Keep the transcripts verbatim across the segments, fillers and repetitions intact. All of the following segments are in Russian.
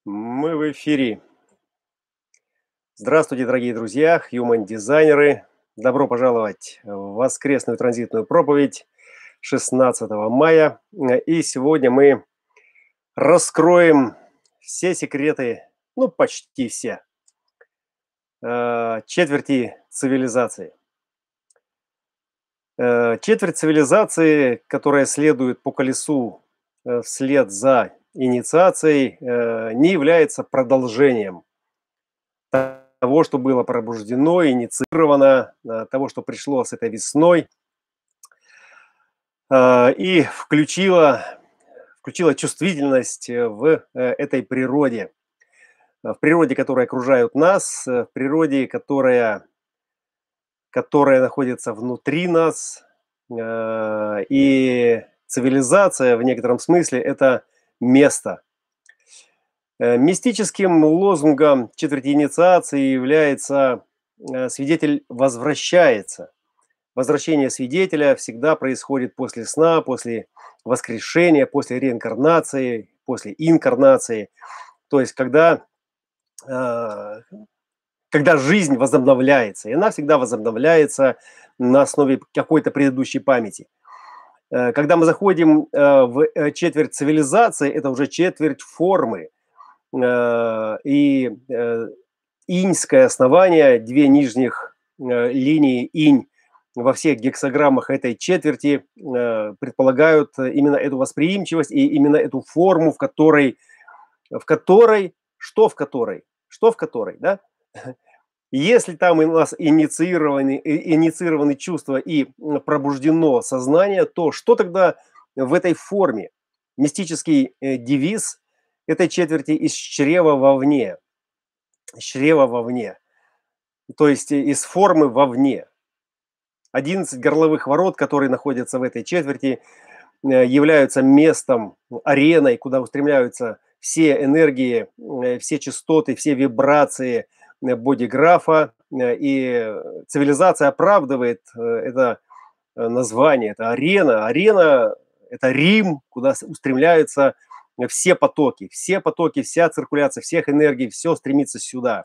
Мы в эфире. Здравствуйте, дорогие друзья, human-дизайнеры. Добро пожаловать в воскресную транзитную проповедь шестнадцатого мая. И сегодня мы раскроем все секреты, ну, почти все, э, четверти цивилизации. Э, Четверть цивилизации, которая следует по колесу э, вслед за инициацией, э, не является продолжением того, что было пробуждено, инициировано, э, того, что пришло с этой весной, э, и включило, включило чувствительность э, в э, этой природе, э, в природе, которая окружает нас, э, в природе, которая, которая находится внутри нас. Э, И цивилизация в некотором смысле – это место. Э, Мистическим лозунгом четверти инициации является э, «свидетель возвращается». Возвращение свидетеля всегда происходит после сна, после воскрешения, после реинкарнации, после инкарнации. То есть когда, э, когда жизнь возобновляется, и она всегда возобновляется на основе какой-то предыдущей памяти. Э, Когда мы заходим э, в э, четверть цивилизации, это уже четверть формы. Э, И э, иньское основание, две нижних э, линии инь во всех гексограммах этой четверти э, предполагают именно эту восприимчивость и именно эту форму, в которой, в которой, что в которой, что в которой, да? Если там у нас инициированы, и- инициированы чувства и м, пробуждено сознание, то что тогда в этой форме? Мистический э, девиз этой четверти из чрева вовне, из чрева вовне, то есть э, из формы вовне. Одиннадцать горловых ворот, которые находятся в этой четверти, э, являются местом, ареной, куда устремляются все энергии, э, все частоты, все вибрации э, бодиграфа. Э, И цивилизация оправдывает э, это э, название. Это арена. Арена – это Рим, куда с- устремляются все потоки. Все потоки, вся циркуляция всех энергий, все стремится сюда.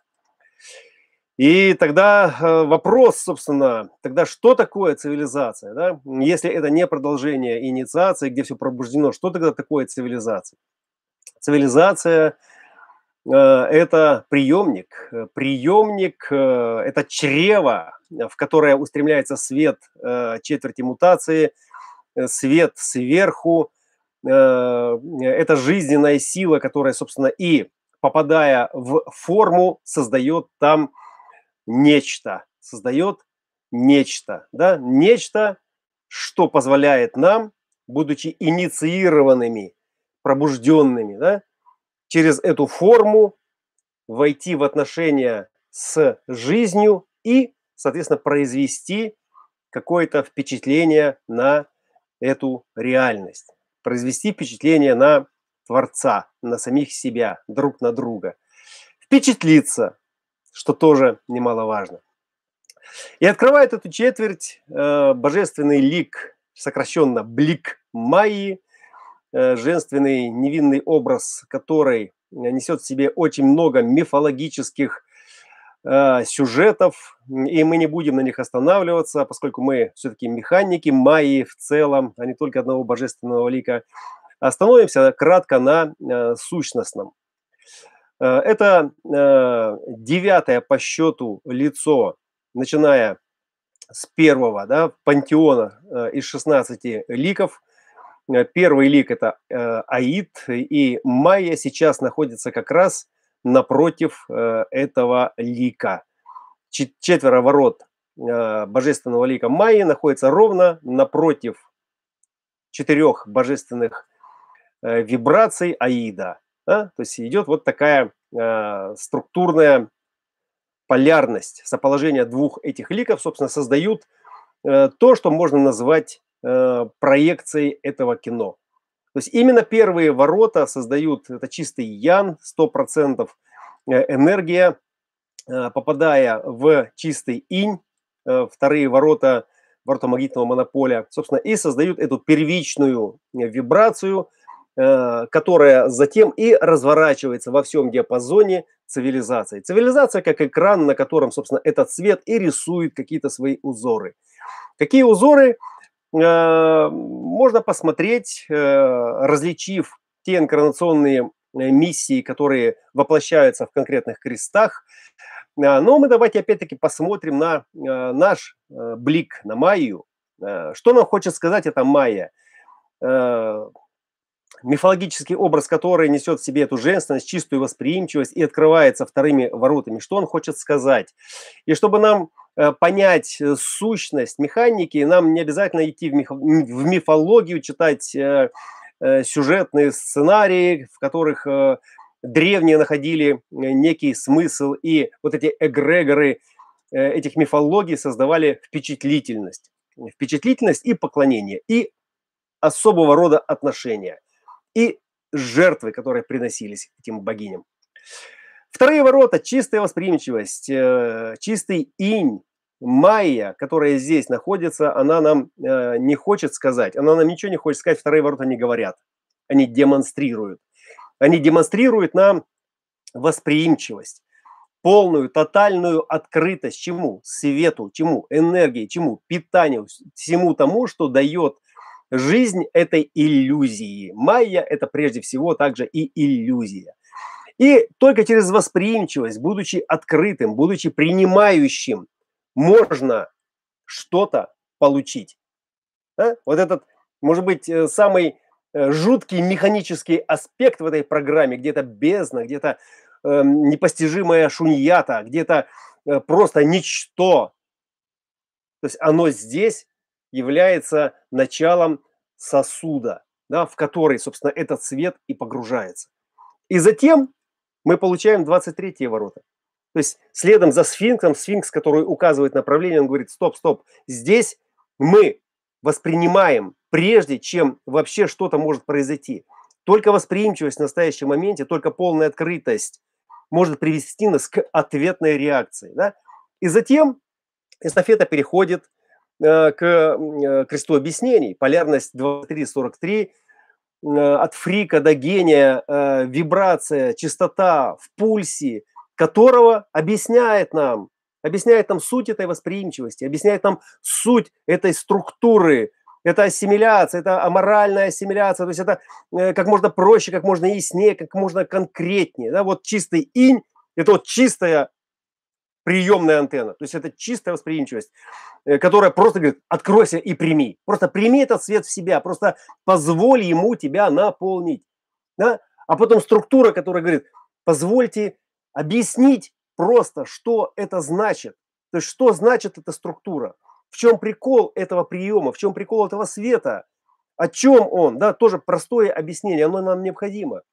И тогда э, вопрос, собственно, тогда что такое цивилизация, да? Если это не продолжение инициации, где все пробуждено, что тогда такое цивилизация? Цивилизация э, это приемник, э, приемник, э, это чрево, э, в которое устремляется свет э, четверти мутации, э, свет сверху, э, это жизненная сила, которая, собственно, и попадая в форму, создает там нечто, создает нечто, да, нечто, что позволяет нам, будучи инициированными, пробужденными, да, через эту форму войти в отношения с жизнью и, соответственно, произвести какое-то впечатление на эту реальность, произвести впечатление на Творца, на самих себя, друг на друга, впечатлиться, что тоже немаловажно. И открывает эту четверть э, божественный лик, сокращенно блик Майи, э, женственный невинный образ, который несет в себе очень много мифологических э, сюжетов, и мы не будем на них останавливаться, поскольку мы все-таки механики Майи в целом, а не только одного божественного лика. Остановимся кратко на э, сущностном. Э, Это э, девятое по счету лицо, начиная с первого, да, пантеона э, из шестнадцати ликов. Э, Первый лик – это э, Аид, и Майя сейчас находится как раз напротив э, этого лика. Чет- Четверо ворот э, божественного лика Майи находится ровно напротив четырех божественных э, вибраций Аида. Да? То есть идет вот такая э, структурная полярность, соположение двух этих ликов, собственно, создают э, то, что можно назвать э, проекцией этого кино. То есть именно первые ворота создают это чистый ян, сто процентов энергия, э, попадая в чистый инь, э, вторые ворота, ворота магнитного монополя, собственно, и создают эту первичную вибрацию, э, которая затем и разворачивается во всем диапазоне цивилизации. Цивилизация как экран, на котором, собственно, этот свет и рисует какие-то свои узоры. Какие узоры? Э, можно посмотреть, э, различив те инкарнационные э, миссии, которые воплощаются в конкретных крестах. А, но мы давайте опять-таки посмотрим на э, наш э, блик, на Майю. Э, Что нам хочет сказать эта Майя? Э, Мифологический образ, который несет в себе эту женственность, чистую восприимчивость и открывается вторыми воротами. Что он хочет сказать? И чтобы нам э, понять э, сущность механики, нам не обязательно идти в, миф- в мифологию, читать э, э, сюжетные сценарии, в которых э, древние находили э, некий смысл, и вот эти эгрегоры э, этих мифологий создавали впечатлительность. Впечатлительность и поклонение, и особого рода отношения, и жертвы, которые приносились этим богиням. Вторые ворота – чистая восприимчивость, э, чистый инь, Майя, которая здесь находится, она нам э, не хочет сказать, она нам ничего не хочет сказать, вторые ворота не говорят, они демонстрируют. Они демонстрируют нам восприимчивость, полную, тотальную открытость чему? Свету, чему? Энергии, чему? Питанию, всему тому, что дает жизнь этой иллюзии. Майя – это прежде всего также и иллюзия. И только через восприимчивость, будучи открытым, будучи принимающим, можно что-то получить. Да? Вот этот, может быть, э, самый э, жуткий механический аспект в этой программе, где-то бездна, где-то э, непостижимая шуньята, где-то э, просто ничто. То есть оно здесь является началом сосуда, да, в который, собственно, этот свет и погружается. И затем мы получаем двадцать третьи ворота. То есть следом за сфинксом, сфинкс, который указывает направление, он говорит: стоп, стоп, здесь мы воспринимаем, прежде чем вообще что-то может произойти. Только восприимчивость в настоящем моменте, только полная открытость может привести нас к ответной реакции. Да? И затем эстафета переходит э, к э, кресту объяснений. Полярность двадцать три сорок три, э, от фрика до гения, э, вибрация, частота в пульсе, которого объясняет нам, объясняет нам суть этой восприимчивости, объясняет нам суть этой структуры. Это ассимиляция, это аморальная ассимиляция, то есть это э, как можно проще, как можно яснее, как можно конкретнее. Да? Вот чистый инь – это вот чистая приемная антенна, то есть это чистая восприимчивость, э, которая просто говорит: откройся и прими. Просто прими этот свет в себя, просто позволь ему тебя наполнить. Да? А потом структура, которая говорит: позвольте объяснить просто, что это значит. То есть что значит эта структура, в чем прикол этого приема, в чем прикол этого света, о чем он, да, тоже простое объяснение, оно нам необходимо.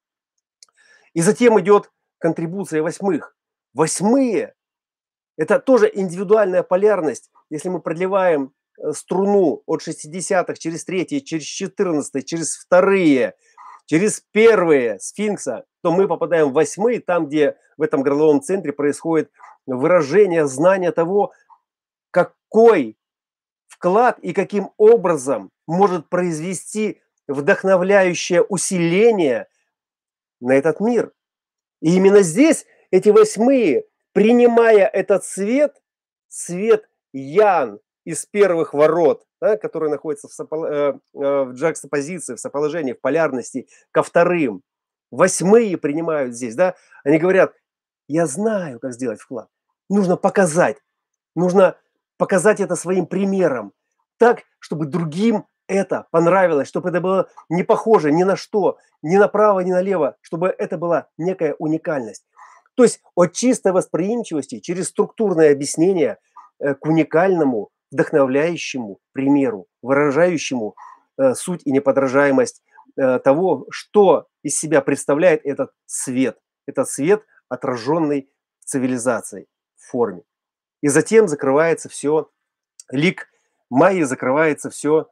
И затем идет контрибуция восьмых. Восьмые – это тоже индивидуальная полярность. Если мы продлеваем э, струну от шестидесятых через третьи, через четырнадцатые, через вторые, через первые сфинкса, то мы попадаем в восьмые, там, где в этом горловом центре происходит выражение знания того, какой вклад и каким образом может произвести вдохновляющее усиление на этот мир. И именно здесь эти восьмые, принимая этот свет, свет Ян из первых ворот, да, который находится в, сопол... э, э, в джакстопозиции, в соположении, в полярности ко вторым, восьмые принимают здесь, да, они говорят: я знаю, как сделать вклад. Нужно показать, нужно показать это своим примером, так, чтобы другим это понравилось, чтобы это было не похоже ни на что, ни направо, ни налево, чтобы это была некая уникальность. То есть от чистой восприимчивости через структурное объяснение э, к уникальному, вдохновляющему примеру, выражающему э, суть и неподражаемость э, того, что из себя представляет этот свет. Этот свет, отраженный в цивилизации, в форме. И затем закрывается все, лик Майи закрывается все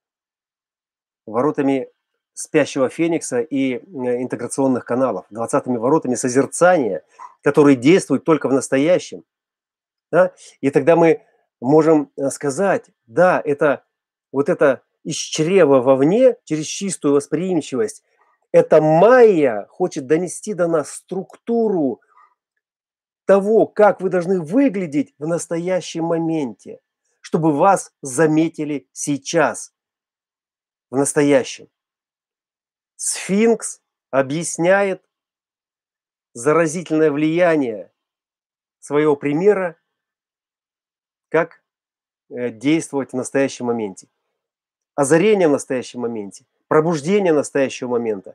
воротами спящего феникса и э, интеграционных каналов, двадцатыми воротами созерцания, которые действуют только в настоящем. Да? И тогда мы можем э, сказать: да, это вот это из чрева вовне, через чистую восприимчивость, Эта майя хочет донести до нас структуру того, как вы должны выглядеть в настоящем моменте, чтобы вас заметили сейчас, в настоящем. Сфинкс объясняет заразительное влияние своего примера, как э, действовать в настоящем моменте. Озарение в настоящем моменте, пробуждение настоящего момента,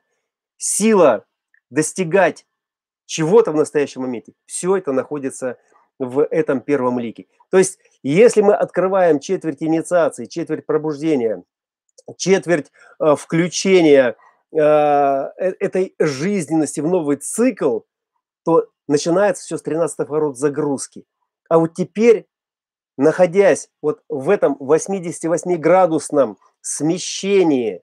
сила достигать чего-то в настоящем моменте. Все это находится в этом первом лике. То есть, если мы открываем четверть инициации, четверть пробуждения, четверть э, включения э, э, этой жизненности в новый цикл, то начинается все с тринадцатых ворот загрузки. А вот теперь, находясь вот в этом восьмидесятивосьмиградусном смещении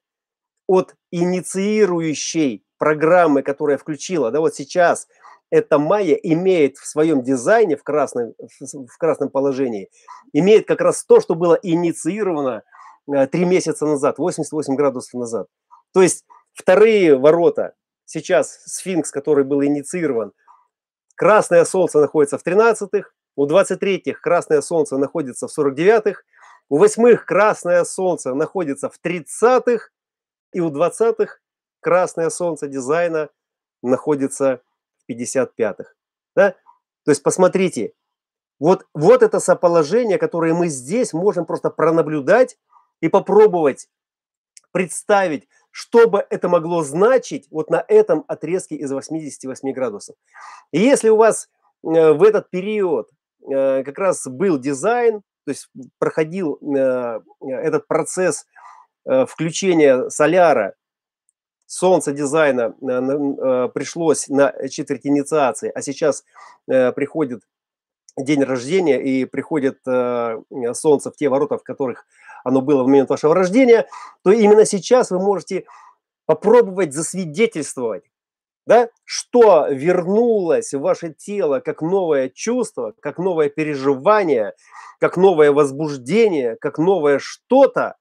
от инициирующей программы, которая включила, да, вот сейчас эта майя имеет в своем дизайне, в красном, в красном положении, имеет как раз то, что было инициировано э, три месяца назад, восемьдесят восемь градусов назад. То есть вторые ворота, сейчас сфинкс, который был инициирован, красное солнце находится в тринадцатых, у двадцать третьих красное солнце находится в сорок девятых, у восьмых красное солнце находится в тридцатых, и у двадцатых красное солнце дизайна находится в пятьдесят пятых. Да? То есть посмотрите, вот, вот это соположение, которое мы здесь можем просто пронаблюдать и попробовать представить, что бы это могло значить вот на этом отрезке из восьмидесяти восьми градусов. И если у вас э, в этот период э, как раз был дизайн, то есть проходил э, этот процесс э, включения соляра, солнца дизайна э, э, пришлось на четверть инициации, а сейчас э, приходит день рождения и приходит э, солнце в те ворота, в которых оно было в момент вашего рождения, то именно сейчас вы можете попробовать засвидетельствовать, да, что вернулось в ваше тело как новое чувство, как новое переживание, как новое возбуждение, как новое что-то,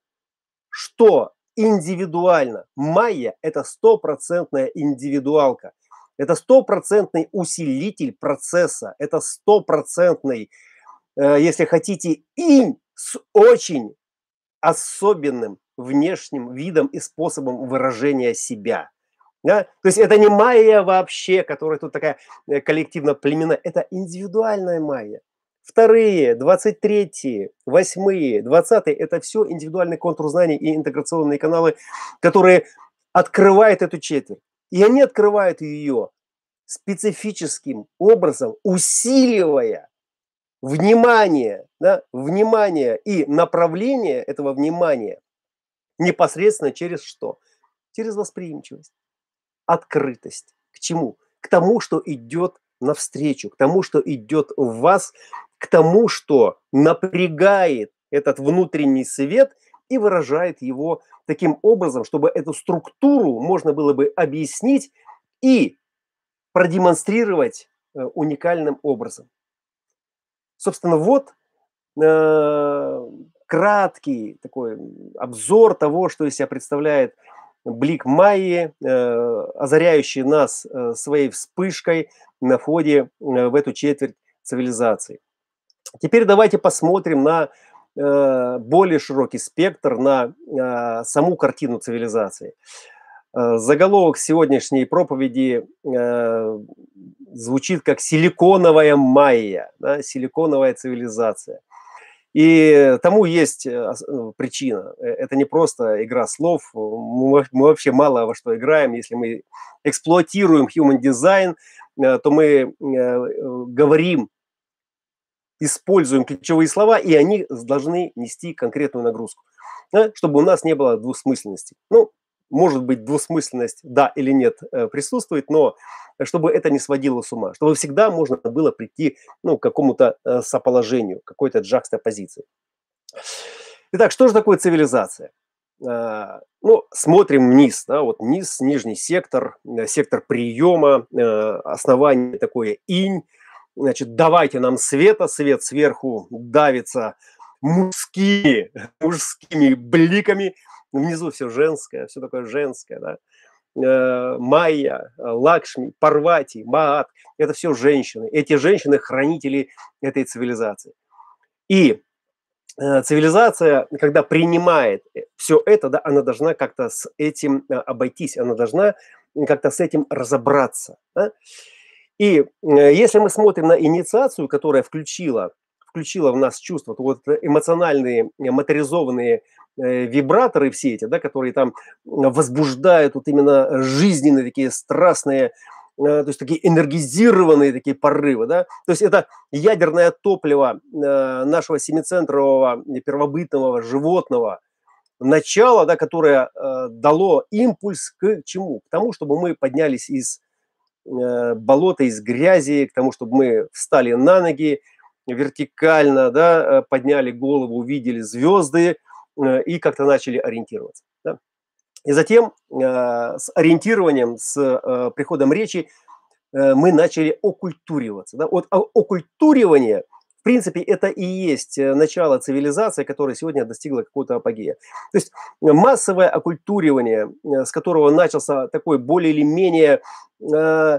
что индивидуально. Майя – это стопроцентная индивидуалка. Это стопроцентный усилитель процесса. Это стопроцентный, э, если хотите, инь с очень особенным внешним видом и способом выражения себя. Да? То есть это не майя вообще, которая тут такая э, коллективно-племенная. Это индивидуальная майя. Вторые, двадцать третьи, восьмые, двадцатые – это все индивидуальный контур знаний и интеграционные каналы, которые открывают эту четверть. И они открывают ее специфическим образом, усиливая внимание, да, внимание и направление этого внимания непосредственно через что? Через восприимчивость, открытость. К чему? К тому, что идет навстречу, к тому, что идет в вас, к тому, что напрягает этот внутренний свет и выражает его таким образом, чтобы эту структуру можно было бы объяснить и продемонстрировать э, уникальным образом. Собственно, вот э, краткий такой обзор того, что из себя представляет блик Майи, э, озаряющий нас э, своей вспышкой на входе э, в эту четверть цивилизации. Теперь давайте посмотрим на э, более широкий спектр, на э, саму картину цивилизации. Э, заголовок сегодняшней проповеди э, звучит как «Силиконовая Майя», да, силиконовая цивилизация. И тому есть э, причина. Э, Это не просто игра слов. Мы мы вообще мало во что играем. Если мы эксплуатируем human design, э, то мы э, э, говорим, используем ключевые слова, и они должны нести конкретную нагрузку, да, чтобы у нас не было двусмысленности. Ну, может быть, двусмысленность, да или нет, э, присутствует, но чтобы это не сводило с ума, чтобы всегда можно было прийти, ну, к какому-то э, соположению, какой-то джакстопозиции. Итак, что же такое цивилизация? А, Ну, смотрим вниз, да, вот низ, нижний сектор, э, сектор приема, э, основание такое инь. Значит, давайте нам света, свет сверху давится мужскими, мужскими бликами, внизу все женское, все такое женское, да. э, Майя, э, Лакшми, Парвати, Маат — это все женщины. Эти женщины — хранители этой цивилизации. И э, цивилизация, когда принимает все это, да, она должна как-то с этим э, обойтись, она должна как-то с этим разобраться. Да? И э, если мы смотрим на инициацию, которая включила, включила в нас чувства, то вот эмоциональные, э, моторизованные э, вибраторы все эти, да, которые там возбуждают вот именно жизненные такие страстные, э, то есть такие энергизированные такие порывы, да, то есть это ядерное топливо э, нашего семицентрового первобытного животного начала, да, которое э, дало импульс к чему? К тому, чтобы мы поднялись из э, болота, из грязи, к тому, чтобы мы встали на ноги вертикально, да, э, подняли голову, увидели звезды э, и как-то начали ориентироваться. Да. И затем э, с ориентированием, с э, приходом речи э, мы начали оккультуриваться. Да. Вот о- оккультуривание, в принципе, это и есть э, начало цивилизации, которая сегодня достигла какого-то апогея. То есть массовое оккультуривание, э, с которого начался такой более или менее э,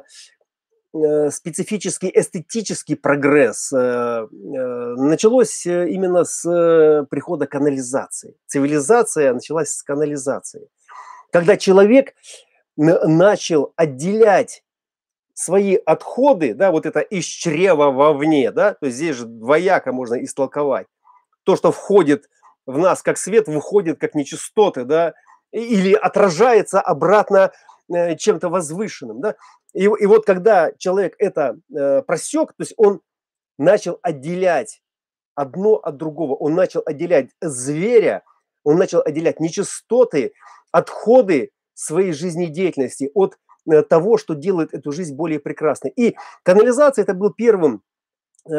э, специфический эстетический прогресс, э, э, началось э, именно с э, прихода канализации. Цивилизация началась с канализации. Когда человек н- начал отделять свои отходы, да, вот это из чрева вовне, да, то есть здесь же двояко можно истолковать. То, что входит в нас как свет, выходит как нечистоты, да, и- или отражается обратно э, чем-то возвышенным, да. И, и вот когда человек это э, просек, то есть он начал отделять одно от другого, он начал отделять зверя, он начал отделять нечистоты, отходы своей жизнедеятельности от э, того, что делает эту жизнь более прекрасной. И канализация — это был первым э,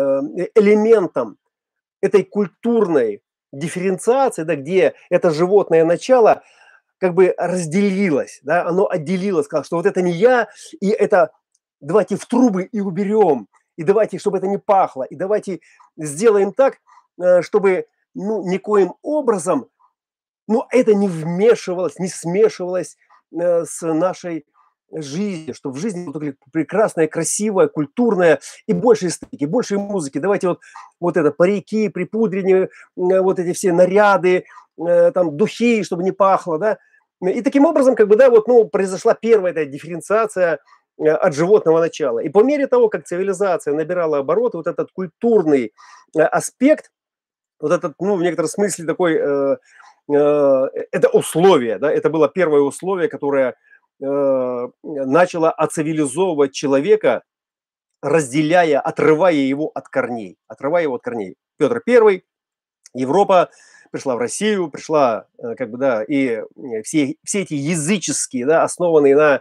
элементом этой культурной дифференциации, да, где это животное начало как бы разделилось, да, оно отделилось, сказало, что вот это не я, и это давайте в трубы и уберем, и давайте, чтобы это не пахло, и давайте сделаем так, э, чтобы, ну, никоим образом, ну, это не вмешивалось, не смешивалось э, с нашей жизнью, чтобы в жизни было только прекрасное, красивое, культурное и больше эстетики, больше музыки. Давайте вот, вот это парики, припудрение, э, вот эти все наряды, э, там духи, чтобы не пахло, да. И таким образом, как бы, да, вот, ну, произошла первая эта дифференциация э, от животного начала. И по мере того, как цивилизация набирала обороты, вот этот культурный э, аспект, вот этот, ну, в некотором смысле такой, э, э, это условие, да, это было первое условие, которое э, начало оцивилизовывать человека, разделяя, отрывая его от корней, отрывая его от корней. Петр Первый, Европа пришла в Россию, пришла, э, как бы, да, и э, все, все эти языческие, да, основанные на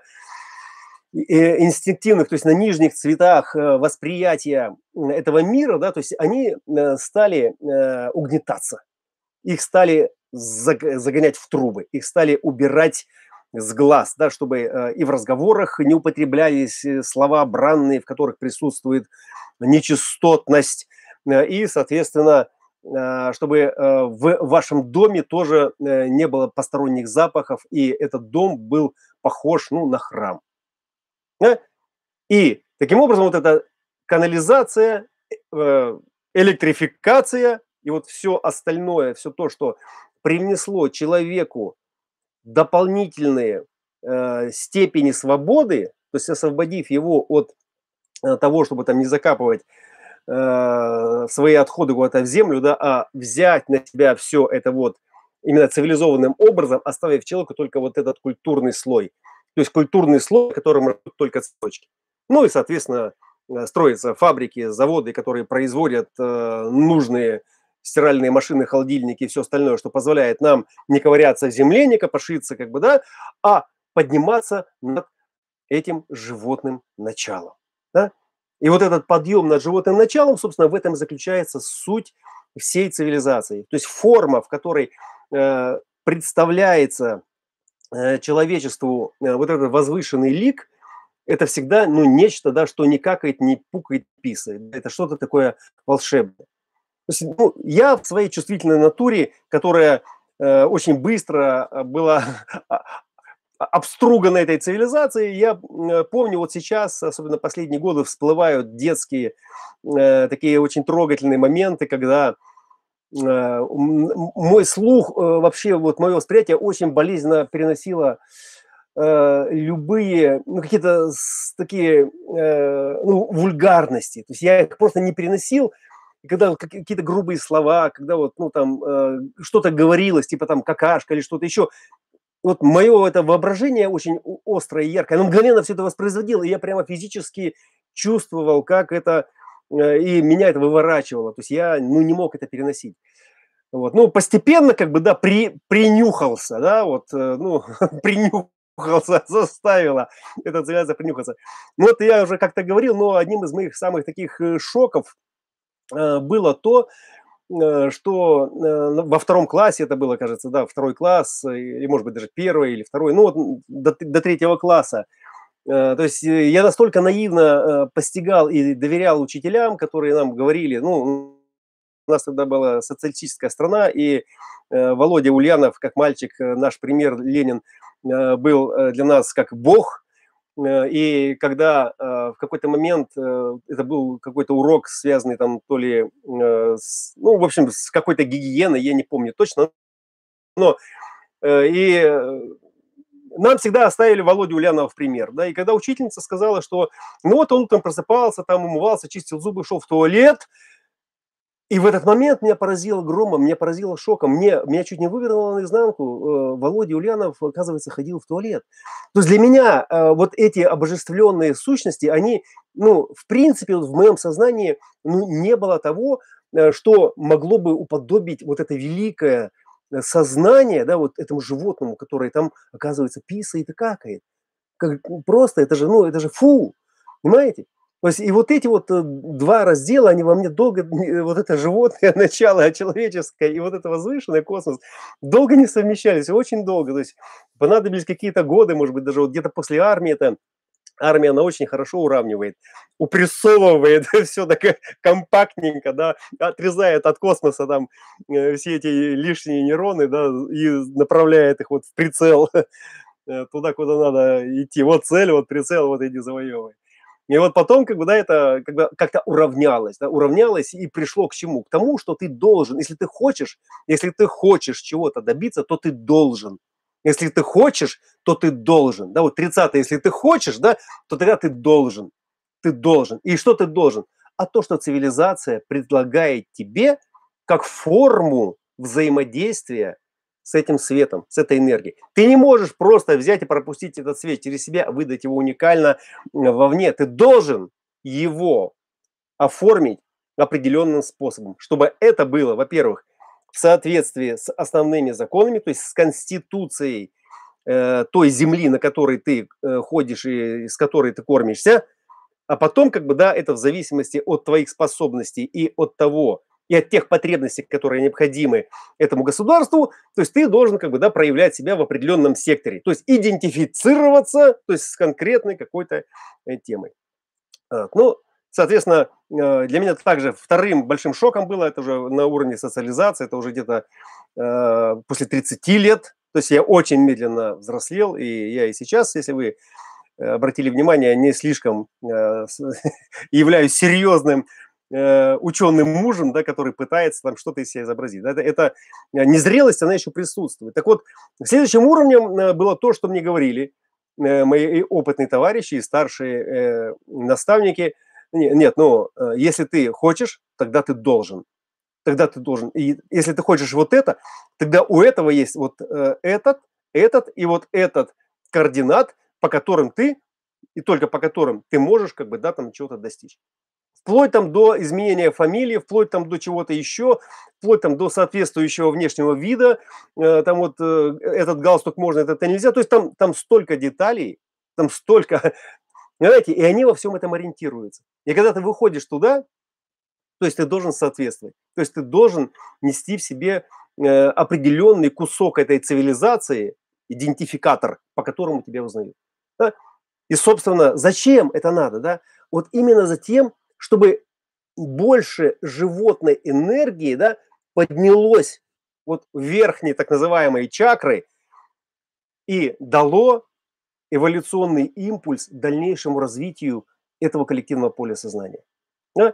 э, инстинктивных, то есть на нижних цветах э, восприятия м, этого мира, да, то есть они э, стали э, угнетаться, их стали заг- загонять в трубы, их стали убирать с глаз, да, чтобы э, и в разговорах не употреблялись э, слова бранные, в которых присутствует нечистотность, э, и, соответственно, э, чтобы э, в вашем доме тоже э, не было посторонних запахов, и этот дом был похож, ну, на храм. Да? И таким образом вот эта канализация, э, электрификация и вот все остальное, все то, что привнесло человеку дополнительные э, степени свободы, то есть освободив его от э, того, чтобы там не закапывать э, свои отходы куда-то в землю, да, а взять на себя все это вот именно цивилизованным образом, оставив человеку только вот этот культурный слой. То есть культурный слой, которым растут только цветочки. Ну и, соответственно, э, строятся фабрики, заводы, которые производят э, нужные стиральные машины, холодильники и все остальное, что позволяет нам не ковыряться в земле, не копошиться, как бы, да, а подниматься над этим животным началом. Да? И вот этот подъем над животным началом, собственно, в этом заключается суть всей цивилизации. То есть форма, в которой э, представляется э, человечеству э, вот этот возвышенный лик, это всегда, ну, нечто, да, что не какает, не пукает, писает. Это что-то такое волшебное. То есть, ну, я в своей чувствительной натуре, которая э, очень быстро э, была а обструганной этой цивилизацией. Я, м, помню, вот сейчас, особенно последние годы, всплывают детские, э, такие очень трогательные моменты, когда, э, м, м, мой слух, э, вообще вот мое восприятие очень болезненно переносило, э, любые, ну, какие-то с такие, э, ну, вульгарности. То есть я их просто не переносил. И когда вот каки какие-то грубые слова, когда вот, ну, там, э, что-то говорилось, типа там какашка или что-то еще, вот мое это воображение очень о острое и яркое, оно мгновенно все это воспроизводило, и я прямо физически чувствовал, как это, э, и меня это выворачивало. То есть я, ну, не мог это переносить. Вот, ну, постепенно, как бы, да, при принюхался, да, вот, э, ну, принюхался, заставила эта цивилизация принюхаться. Ну, вот я уже как-то говорил, но одним из моих самых таких, э, шоков, э, было то, э, что, э, ну, во втором классе это было, кажется, да, второй класс, э, или, может быть, даже первый или второй, ну, вот, м, до т до третьего класса. Э, то есть, э, я настолько наивно, э, постигал и доверял учителям, которые нам говорили, ну, у нас тогда была социалистическая страна, и, э, Володя Ульянов, как мальчик, э, наш пример Ленин, э, был, э, для нас как бог. Э, и когда, э, в какой-то момент, э, это был какой-то урок, связанный там то ли, э, с, ну, в общем, с какой-то гигиеной, я не помню точно, но, э, и, э, нам всегда оставили Володю Ульянова в пример, да. И когда учительница сказала, что, ну, вот он там просыпался, там умывался, чистил зубы, шел в туалет, и в этот момент меня поразило громом, меня поразило шоком, мне меня чуть не вывернуло наизнанку. Э, Володя Ульянов, оказывается, ходил в туалет. То есть для меня, э, вот эти обожествленные сущности, они, ну, в принципе, вот в моем сознании, ну, не было того, э, что могло бы уподобить вот это великое, э, сознание, да, вот этому животному, которое там, оказывается, писает и какает. Как просто, это же, ну, это же фу, понимаете? То есть и вот эти вот, э, два раздела, они во мне долго, э, вот это животное начало человеческое и вот это возвышенный космос долго не совмещались, очень долго. То есть понадобились какие-то годы, может быть, даже вот где-то после армии, это армия, она очень хорошо уравнивает, упрессовывает все так э, компактненько, да, отрезает от космоса там, э, все эти лишние нейроны, да, и направляет их вот в прицел. Э, туда, куда надо идти. Вот цель, вот прицел, вот иди завоевывай. И вот потом, как бы, да, это как бы как-то уравнялось, да, уравнялось и пришло к чему? К тому, что ты должен, если ты хочешь, если ты хочешь чего-то добиться, то ты должен. Если ты хочешь, то ты должен. Да, вот тридцатое, если ты хочешь, да, то тогда ты должен. Ты должен. И что ты должен? А то, что цивилизация предлагает тебе как форму взаимодействия с этим светом, с этой энергией. Ты не можешь просто взять и пропустить этот свет через себя, выдать его уникально м, вовне. Ты должен его оформить определенным способом, чтобы это было, во-первых, в соответствии с основными законами, то есть с конституцией э, той земли, на которой ты э, ходишь и с которой ты кормишься, а потом, как бы, да, это в зависимости от твоих способностей и от того, и от тех потребностей, которые необходимы этому государству, то есть ты должен, как бы, да, проявлять себя в определенном секторе, то есть идентифицироваться, то есть с конкретной какой-то э, темой. А, ну, соответственно, э, для меня также вторым большим шоком было, это уже на уровне социализации, это уже где-то э, после тридцати лет, то есть я очень медленно взрослел, и я и сейчас, если вы э, обратили внимание, не слишком э, с- являюсь серьезным э, ученым мужем, да, который пытается там что-то из себя изобразить. Да. Это, это э, незрелость, она еще присутствует. Так вот, следующим уровнем э, было то, что мне говорили э, мои опытные товарищи и старшие э, наставники. Не- Нет, ну, э, если ты хочешь, тогда ты должен. Тогда ты должен. И если ты хочешь вот это, тогда у этого есть вот э, этот, этот и вот этот координат, по которым ты и только по которым ты можешь, как бы, да, там чего-то достичь. Вплоть там до изменения фамилии, вплоть там до чего-то еще, вплоть там до соответствующего внешнего вида. Э, там вот э, этот галстук можно, этот нельзя. То есть там, там столько деталей, там столько, знаете, и они во всем этом ориентируются. И когда ты выходишь туда, то есть ты должен соответствовать. То есть ты должен нести в себе э, определенный кусок этой цивилизации, идентификатор, по которому тебя узнают. Да? И, собственно, зачем это надо, да? Вот именно за тем, чтобы больше животной энергии, да, поднялось вот в верхние так называемые чакры и дало эволюционный импульс дальнейшему развитию этого коллективного поля сознания. Да?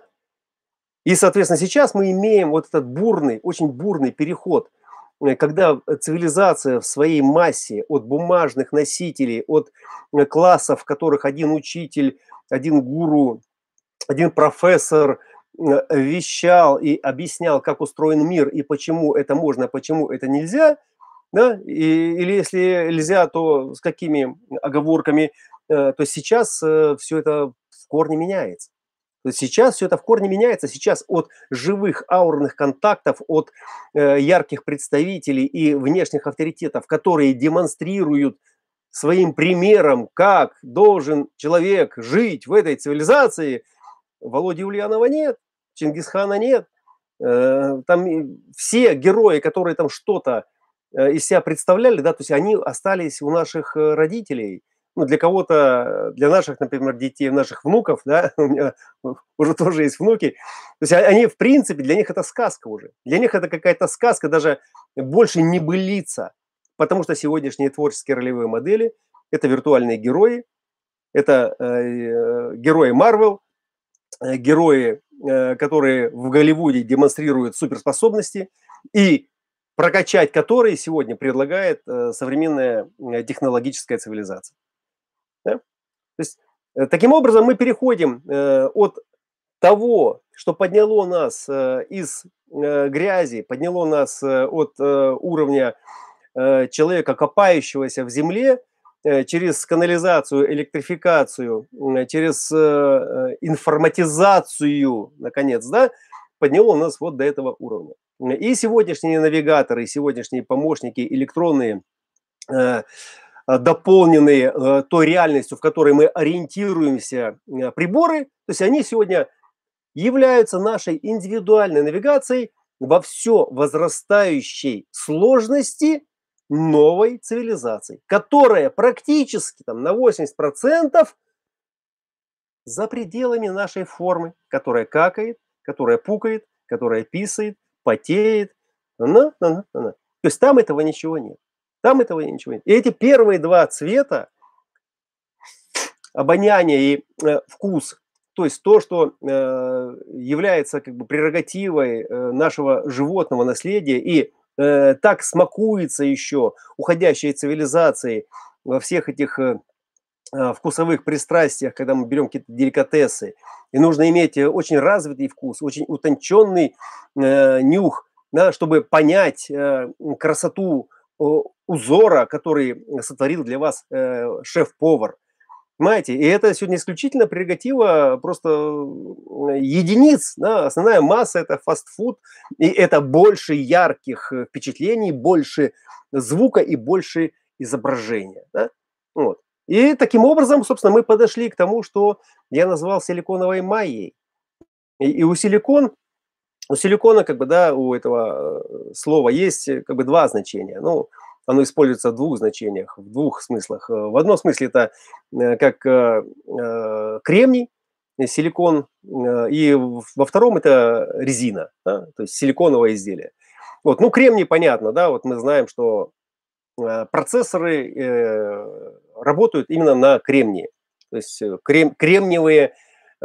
И, соответственно, сейчас мы имеем вот этот бурный, очень бурный переход, э, когда цивилизация в своей массе от бумажных носителей, от э, классов, в которых один учитель, один гуру, один профессор э, вещал и объяснял, как устроен мир и почему это можно, а почему это нельзя, да, и, или если нельзя, то с какими оговорками, э, то сейчас все это в корне меняется. То есть сейчас все это в корне меняется. Сейчас от живых аурных контактов, от э, ярких представителей и внешних авторитетов, которые демонстрируют своим примером, как должен человек жить в этой цивилизации, Володи Ульянова нет, Чингисхана нет. Э, там и все герои, которые там что-то э, из себя представляли, да, то есть они остались у наших э, родителей. Ну, для кого-то, для наших, например, детей, наших внуков, да, у меня уже тоже есть внуки. То есть а- они, в принципе, для них это сказка уже. Для них это какая-то сказка, даже больше не былица. Потому что сегодняшние творческие ролевые модели – это виртуальные герои, это э, э, герои Марвел, э, герои, э, которые в Голливуде демонстрируют суперспособности, и прокачать которые сегодня предлагает э, современная э, технологическая цивилизация. Да? То есть э, таким образом мы переходим э, от того, что подняло нас э, из э, грязи, подняло нас э, от э, уровня э, человека, копающегося в земле, э, через канализацию, электрификацию, м, через э, э, информатизацию, наконец, да, подняло нас вот до этого уровня. И сегодняшние навигаторы, и сегодняшние помощники электронные, э, э, дополненные э, той реальностью, в которой мы ориентируемся, э, приборы, то есть они сегодня являются нашей индивидуальной навигацией во все возрастающей сложности новой цивилизации, которая практически там, на восемьдесят процентов за пределами нашей формы, которая какает, которая пукает, которая писает, потеет. На, на, на, на. То есть там этого ничего нет. Там этого ничего нет. И эти первые два цвета, обоняние и э, вкус, то есть то, что э, является как бы прерогативой э, нашего животного наследия и э, так смакуется еще уходящей цивилизацией во всех этих э, э, вкусовых пристрастиях, когда мы берем какие-то деликатесы. И нужно иметь э, очень развитый вкус, очень утонченный э, нюх, да, чтобы понять э, красоту э, узора, который сотворил для вас э, шеф-повар. Понимаете? И это сегодня исключительно прерогатива просто э, единиц. Да? Основная масса – это фастфуд, и это больше ярких э, впечатлений, больше звука и больше изображения. Да? Вот. И таким образом, собственно, мы подошли к тому, что я назвал силиконовой майей. И, и у силикон, у силикона, как бы, да, у этого э, слова есть э, как бы два значения. Ну, оно используется в двух значениях, в двух смыслах. Э, В одном смысле это э, как э, э, кремний, э, силикон, э, и в- во втором это резина, да, то есть силиконовое изделие. Вот, ну, кремний понятно, да, вот мы знаем, что э, процессоры э, работают именно на кремнии. То есть э, крем, кремниевые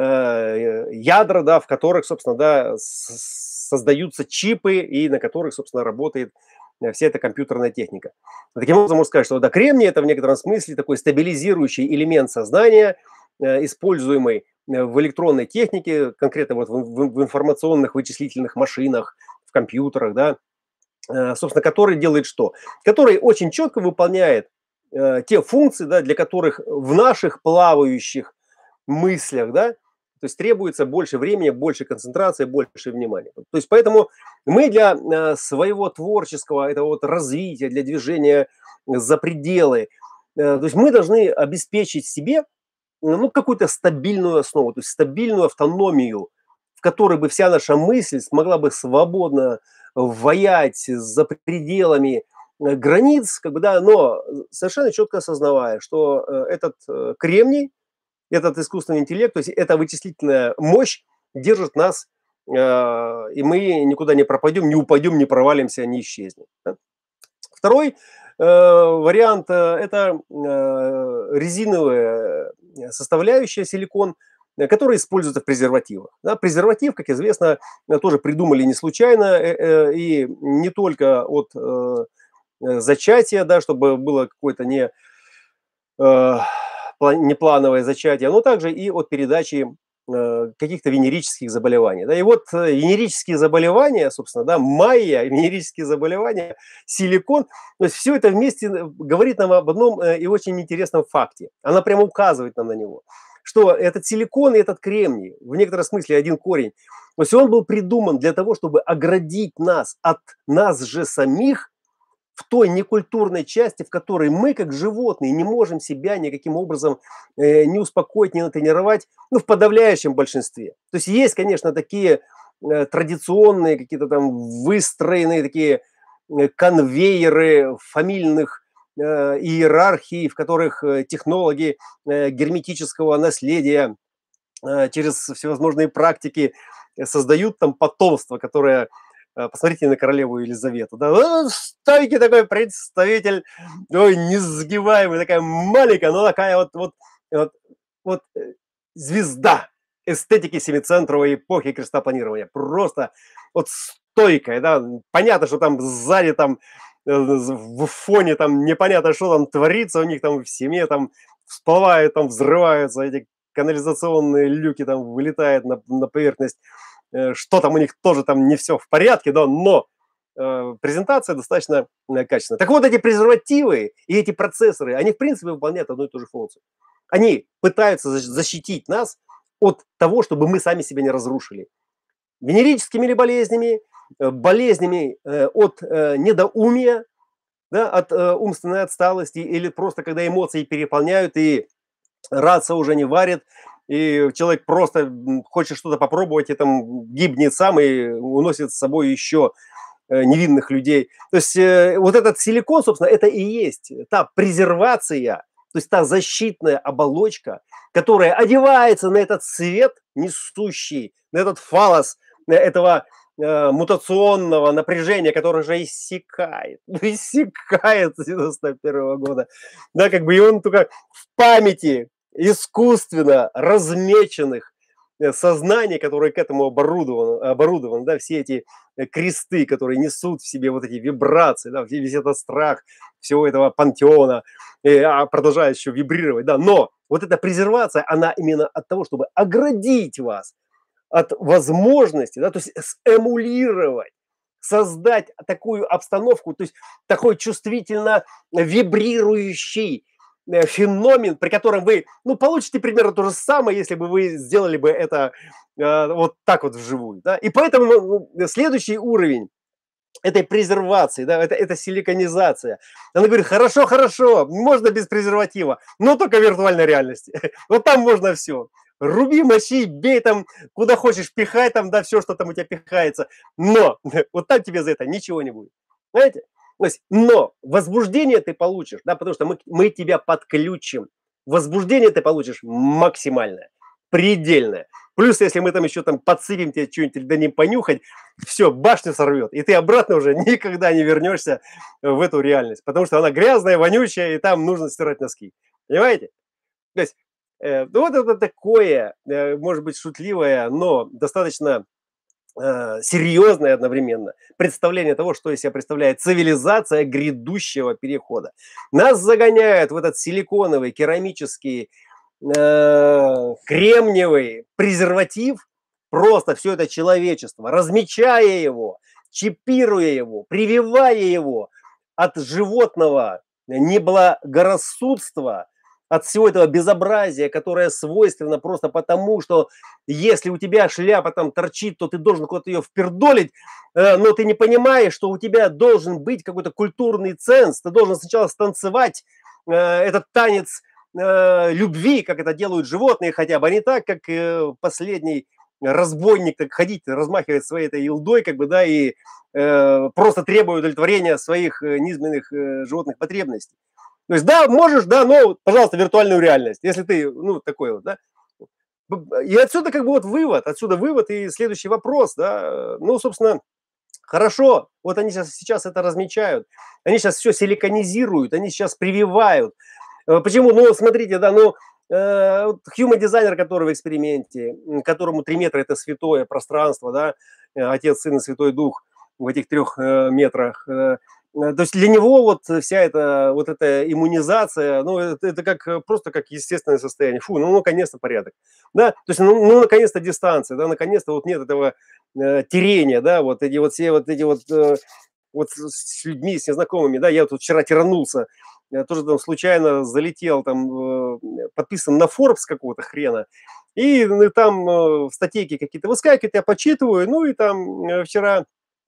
э, ядра, да, в которых, собственно, да, с- создаются чипы и на которых, собственно, работает э, вся эта компьютерная техника. Таким образом, можно сказать, что да, кремний – это в некотором смысле такой стабилизирующий элемент сознания, э, используемый э, в электронной технике, конкретно вот в, в- в информационных вычислительных машинах, в компьютерах, да, э, собственно, который делает что? Который очень четко выполняет э, те функции, да, для которых в наших плавающих мыслях, да, то есть требуется больше времени, больше концентрации, больше внимания. То есть поэтому мы для э, своего творческого этого вот развития, для движения за пределы, э, то есть мы должны обеспечить себе ну, какую-то стабильную основу, то есть стабильную автономию, в которой бы вся наша мысль смогла бы свободно ваять за пределами э, границ, как бы, да, но совершенно четко осознавая, что э, этот э, кремний, этот искусственный интеллект, то есть эта вычислительная мощь держит нас, э, и мы никуда не пропадем, не упадем, не провалимся, не исчезнем. Да. Второй э, вариант, э, это э, резиновая э, составляющая силикон, э, который используется в презервативах. Да, презерватив, как известно, э, тоже придумали не случайно, э, э, и не только от э, э, зачатия, да, чтобы было какое-то не, э, пла- неплановое зачатие, но также и от передачи э, каких-то венерических заболеваний. Да. И вот э, венерические заболевания, собственно, да, майя, венерические заболевания, силикон, то есть все это вместе э, говорит нам об одном э, и очень интересном факте. Она прямо указывает нам на него, что этот силикон и этот кремний, в некотором смысле один корень, то есть он был придуман для того, чтобы оградить нас от нас же самих, в той некультурной части, в которой мы, как животные, не можем себя никаким образом э, не успокоить, не натренировать, ну, в подавляющем большинстве. То есть есть, конечно, такие э, традиционные, какие-то там выстроенные такие э, конвейеры фамильных э, иерархий, в которых э, технологи э, герметического наследия э, через всевозможные практики э, создают там потомство, которое э, посмотрите на королеву Елизавету. Да, «О, стойкий такой представитель, ой, несгибаемый, такая маленькая, но такая вот, вот, вот, вот э, звезда эстетики семицентровой эпохи крестопланирования. Просто вот стойкая, да, понятно, что там сзади там э, в фоне там непонятно, что там творится у них там в семье, там всплывают, там взрываются эти канализационные люки, там вылетает на, на поверхность, э, что там у них тоже там не все в порядке, да, но э, презентация достаточно э, качественная. Так вот, эти презервативы и эти процессоры, они в принципе выполняют одну и ту же функцию. Они пытаются защитить нас от того, чтобы мы сами себя не разрушили. Венерическими ли болезнями, э, болезнями э, от э, недоумия, да, от э, умственной отсталости, или просто когда эмоции переполняют и раса уже не варит, и человек просто хочет что-то попробовать, и там гибнет сам и уносит с собой еще э, невинных людей. То есть э, вот этот силикон, собственно, это и есть та презервация, то есть та защитная оболочка, которая одевается на этот свет несущий, на этот фалос э, этого э, мутационного напряжения, которое же иссякает, иссякает с девяносто первого года. Да, как бы и он только в памяти искусственно размеченных э, сознаний, которые к этому оборудованы, оборудованы, да, все эти э, кресты, которые несут в себе вот эти вибрации, да, весь этот страх всего этого пантеона, э, а продолжает еще вибрировать, да, но вот эта презервация, она именно от того, чтобы оградить вас от возможности, да, то есть эмулировать, создать такую обстановку, то есть такой чувствительно вибрирующий э, феномен, при котором вы, ну, получите примерно то же самое, если бы вы сделали бы это э, вот так вот вживую, да, и поэтому ну, следующий уровень этой презервации, да, это, это силиконизация. Она говорит, хорошо, хорошо, можно без презерватива, но только в виртуальной реальности. Вот там можно все. Руби, мочи, бей там, куда хочешь, пихай там, да, все, что там у тебя пихается. Но вот там тебе за это ничего не будет. Знаете? То есть, но возбуждение ты получишь, да, потому что мы, мы тебя подключим. Возбуждение ты получишь максимальное, предельное. Плюс, если мы там еще там подсыпем тебе что-нибудь, да не понюхать, все, башню сорвет. И ты обратно уже никогда не вернешься в эту реальность. Потому что она грязная, вонючая, и там нужно стирать носки. Понимаете? То есть, э, ну, вот это такое, э, может быть, шутливое, но достаточно э, серьезное одновременно представление того, что из себя представляет цивилизация грядущего перехода. Нас загоняют в этот силиконовый, керамический, э, кремниевый презерватив, просто все это человечество, размечая его, чипируя его, прививая его от животного неблагорассудства, от всего этого безобразия, которое свойственно просто потому, что если у тебя шляпа там торчит, то ты должен куда-то ее впердолить, э, но ты не понимаешь, что у тебя должен быть какой-то культурный ценз, ты должен сначала станцевать э, этот танец э, любви, как это делают животные хотя бы, а не так, как э, последний разбойник, так ходить, размахивать своей этой елдой, как бы, да, и э, просто требуя удовлетворения своих э, низменных э, животных потребностей. То есть, да, можешь, да, но, пожалуйста, виртуальную реальность, если ты, ну, такой вот, да. И отсюда как бы вот вывод, отсюда вывод и следующий вопрос, да, ну, собственно, Хорошо, вот они щас сейчас это размечают, они сейчас всё силиконизируют, они сейчас прививают. Э, почему? Ну, смотрите, да, ну, э, вот human дизайнер, который в эксперименте, м, которому три метра- это святое пространство, да, э, Отец, Сын и Святой Дух в этих трех э, метрах. Э, э, то есть для него вот вся эта вот эта иммунизация, ну, это это как, э, просто как естественное состояние. Фу, ну, наконец-то порядок. Да, то есть, ну ну, наконец-то дистанция, да, наконец-то вот нет этого, э, терения, да, вот эти вот все вот эти вот, э, вот с с людьми, с незнакомыми, да. Я вот тут вчера тиранулся, я тоже там случайно залетел, там, э, подписан на Forbes какого-то хрена, и, ну, и там, э, статейки какие-то выскакивают, я почитываю, ну, и там, э, вчера,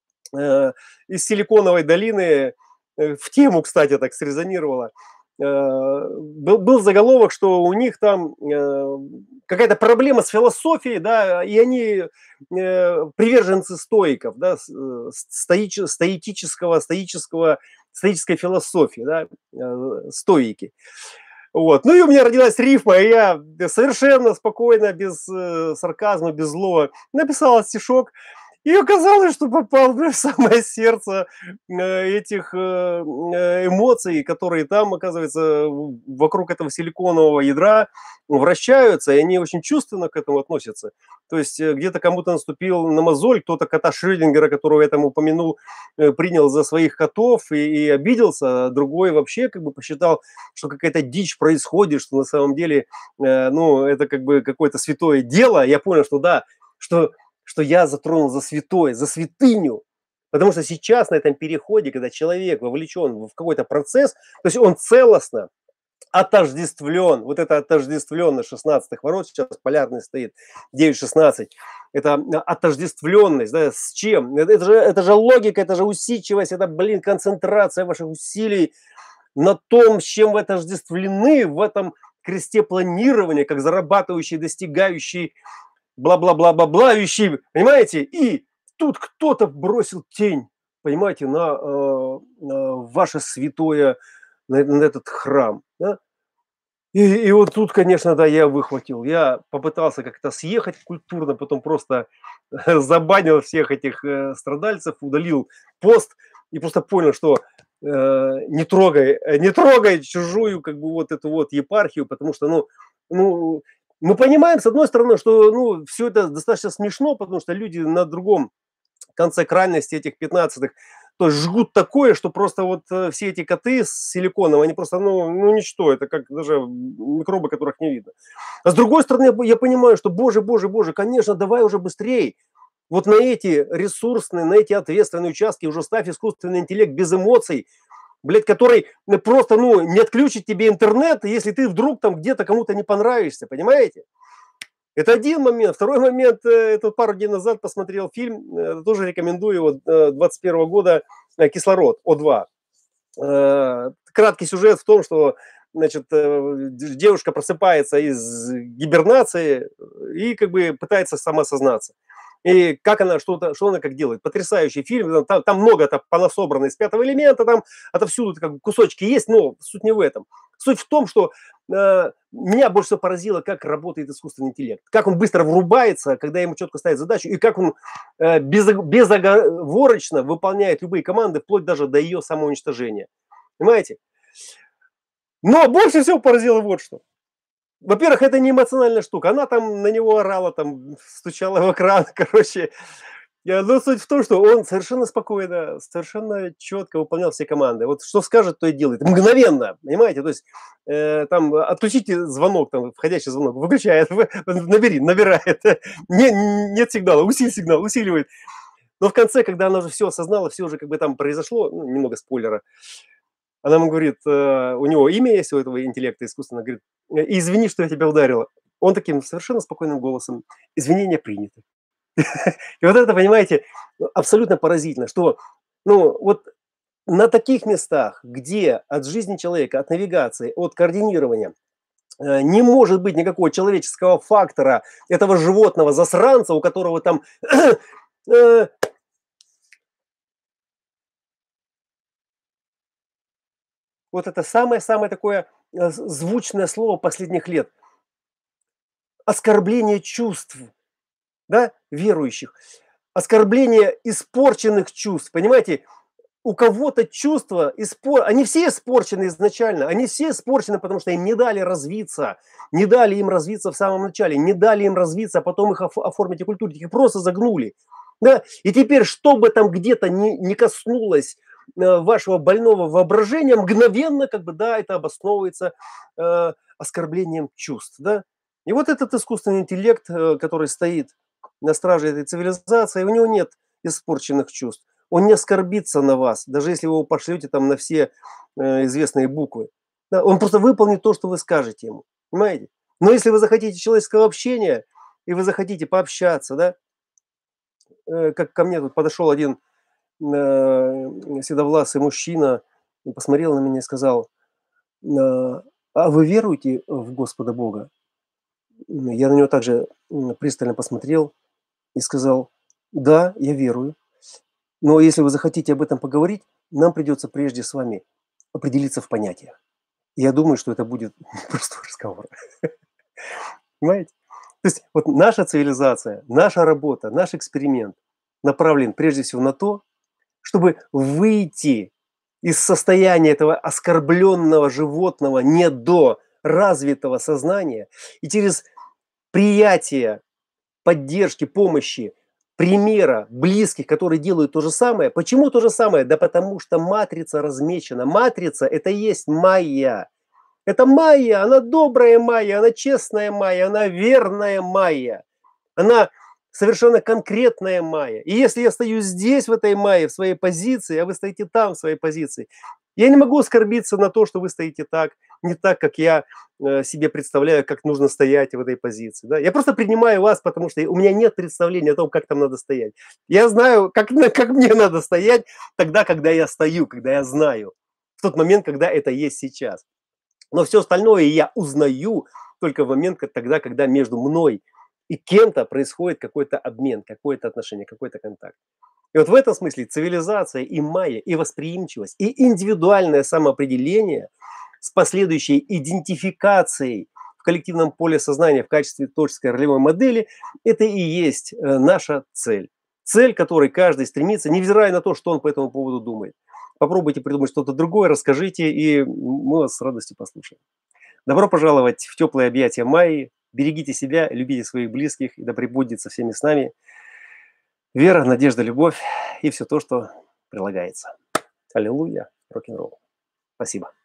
э, из Силиконовой долины, э, в тему, кстати, так срезонировало, э, был был заголовок, что у них там, э, какая-то проблема с философией, да, и они, э, приверженцы стоиков, да, с э, стоиче стоитического стоического стоической философии, да, э, стоики. Вот. Ну и у меня родилась рифма, и я совершенно спокойно, без, э, сарказма, без злого написал стишок, и оказалось, что попал, да, в самое сердце, э, этих, э, э, эмоций, которые там, оказывается, в вокруг этого силиконового ядра вращаются, и они очень чувственно к этому относятся. То есть, э, где-то кому-то наступил на мозоль, кто-то кота Шрёдингера, которого я там упомянул, э, принял за своих котов и и обиделся, а другой вообще как бы посчитал, что какая-то дичь происходит, что на самом деле, э, ну, это как бы какое-то святое дело. Я понял, что да, что что я затронул за святое, за святыню. Потому что сейчас на этом переходе, когда человек вовлечен в какой-то процесс, то есть он целостно отождествлен, вот это отождествленность шестнадцатых ворот, сейчас полярный стоит девять шестнадцать, это, м, отождествленность, да, с чем? Это это же это же логика, это же усидчивость, это, блин, концентрация ваших усилий на том, с чем вы отождествлены в этом кресте планирования, как зарабатывающий, достигающий, бла-бла-бла-бла-блающий, понимаете? И тут кто-то бросил тень, понимаете, на, э, на ваше святое, на на этот храм, да. И и вот тут, конечно, да, я выхватил. Я попытался как-то съехать культурно, потом просто забанил всех этих, э, страдальцев, удалил пост и просто понял, что, э, не трогай, э, не трогай чужую, как бы, вот эту вот епархию, потому что, ну ну, мы понимаем, с одной стороны, что, ну, всё это достаточно смешно, потому что люди на другом конце крайности этих пятнадцатых то есть жгут такое, что просто вот, э, все эти коты с силиконом, они просто, ну ну, ничто, это как даже, м, микробы, которых не видно. А с другой стороны, я п я понимаю, что, боже боже боже, конечно, давай уже быстрей. Вот на эти ресурсные, на эти ответственные участки уже ставь искусственный интеллект без эмоций, блядь, который, ну, просто, ну, не отключит тебе интернет, если ты вдруг там где-то кому-то не понравишься, понимаете? Это один момент. Второй момент, э, это пару дней назад посмотрел фильм, э, тоже рекомендую его, э, двадцать первого года, э, "Кислород", О два. Э, краткий сюжет в том, что, значит, э, дж девушка просыпается из гибернации и как бы пытается самоосознаться. И как она, что-то что она как делает. Потрясающий фильм, там там много там понасобрано из "Пятого элемента", там отовсюду как бы кусочки есть, но суть не в этом. Суть в том, что, э, меня больше всего поразило, как работает искусственный интеллект, как он быстро врубается, когда ему четко ставят задачу, и как он, э, безог безоговорочно выполняет любые команды, вплоть даже до ее самоуничтожения. Понимаете? Но больше всего поразило вот что. Во-первых, это не эмоциональная штука. Она там на него орала, там, стучала в экран, короче. Э, но суть в том, что он совершенно спокойно, совершенно четко выполнял все команды. Вот что скажет, то и делает. Мгновенно, понимаете? То есть, э, там, отключите звонок, там, входящий звонок, выключает, в набери, набирает. Не нет сигнала, усиль сигнал, усиливает. Но в конце, когда она уже всё осознала, всё уже как бы там произошло, ну, немного спойлера, она ему говорит, э, у него имя есть, у этого интеллекта искусственного, говорит: "Извини, что я тебя ударила". Он таким совершенно спокойным голосом: "Извинения приняты". И вот это, понимаете, абсолютно поразительно, что, ну, вот на таких местах, где от жизни человека, от навигации, от координирования, э, не может быть никакого человеческого фактора, этого животного засранца, у которого там, э Вот это самое-самое такое, э, з звучное слово последних лет. Оскорбление чувств, да, верующих. оскорбление испорченных чувств. Понимаете, у кого-то чувства, испор... они все испорчены изначально, они все испорчены, потому что им не дали развиться, не дали им развиться в самом начале, не дали им развиться, а потом их оф- оформить и культурить, их просто загнули. Да? И теперь, что бы там где-то не, не коснулось э, вашего больного воображения, мгновенно, как бы, да, это обосновывается э, оскорблением чувств. Да? И вот этот искусственный интеллект, э, который стоит на страже этой цивилизации, у него нет испорченных чувств. Он не оскорбится на вас, даже если вы его пошлете там на все э, известные буквы. Да, он просто выполнит то, что вы скажете ему. Понимаете? Но если вы захотите человеческого общения, и вы захотите пообщаться, да, э, как ко мне тут подошел один э, седовласый мужчина, и посмотрел на меня и сказал, э, а вы веруете в Господа Бога? Я на него также м, пристально посмотрел и сказал, да, я верую. Но если вы захотите об этом поговорить, нам придется прежде с вами определиться в понятиях. И я думаю, что это будет простой разговор. Понимаете? То есть вот наша цивилизация, наша работа, наш эксперимент направлен прежде всего на то, чтобы выйти из состояния этого оскорбленного животного недоразвитого сознания и через приятие поддержки, помощи, примера близких, которые делают то же самое. Почему то же самое? Да потому что матрица размечена. Матрица – это и есть майя. Это майя, она добрая майя, она честная майя, она верная майя. Она совершенно конкретная майя. И если я стою здесь, в этой майе, в своей позиции, а вы стоите там, в своей позиции, я не могу оскорбиться на то, что вы стоите так, не так, как я э, себе представляю, как нужно стоять в этой позиции. Да? Я просто принимаю вас, потому что у меня нет представления о том, как там надо стоять. Я знаю, как, как мне надо стоять тогда, когда я стою, когда я знаю. В тот момент, когда это есть сейчас. Но все остальное я узнаю только в момент, как тогда, когда между мной и кем-то происходит какой-то обмен, какое-то отношение, какой-то контакт. И вот в этом смысле цивилизация и майя, и восприимчивость, и индивидуальное самоопределение с последующей идентификацией в коллективном поле сознания в качестве творческой ролевой модели, это и есть э, наша цель. Цель, к которой каждый стремится, невзирая на то, что он по этому поводу думает. Попробуйте придумать что-то другое, расскажите, и мы вас с радостью послушаем. Добро пожаловать в теплые объятия Майи. Берегите себя, любите своих близких, и да пребудет со всеми с нами вера, надежда, любовь и все то, что прилагается. Аллилуйя, рок-н-ролл. Спасибо.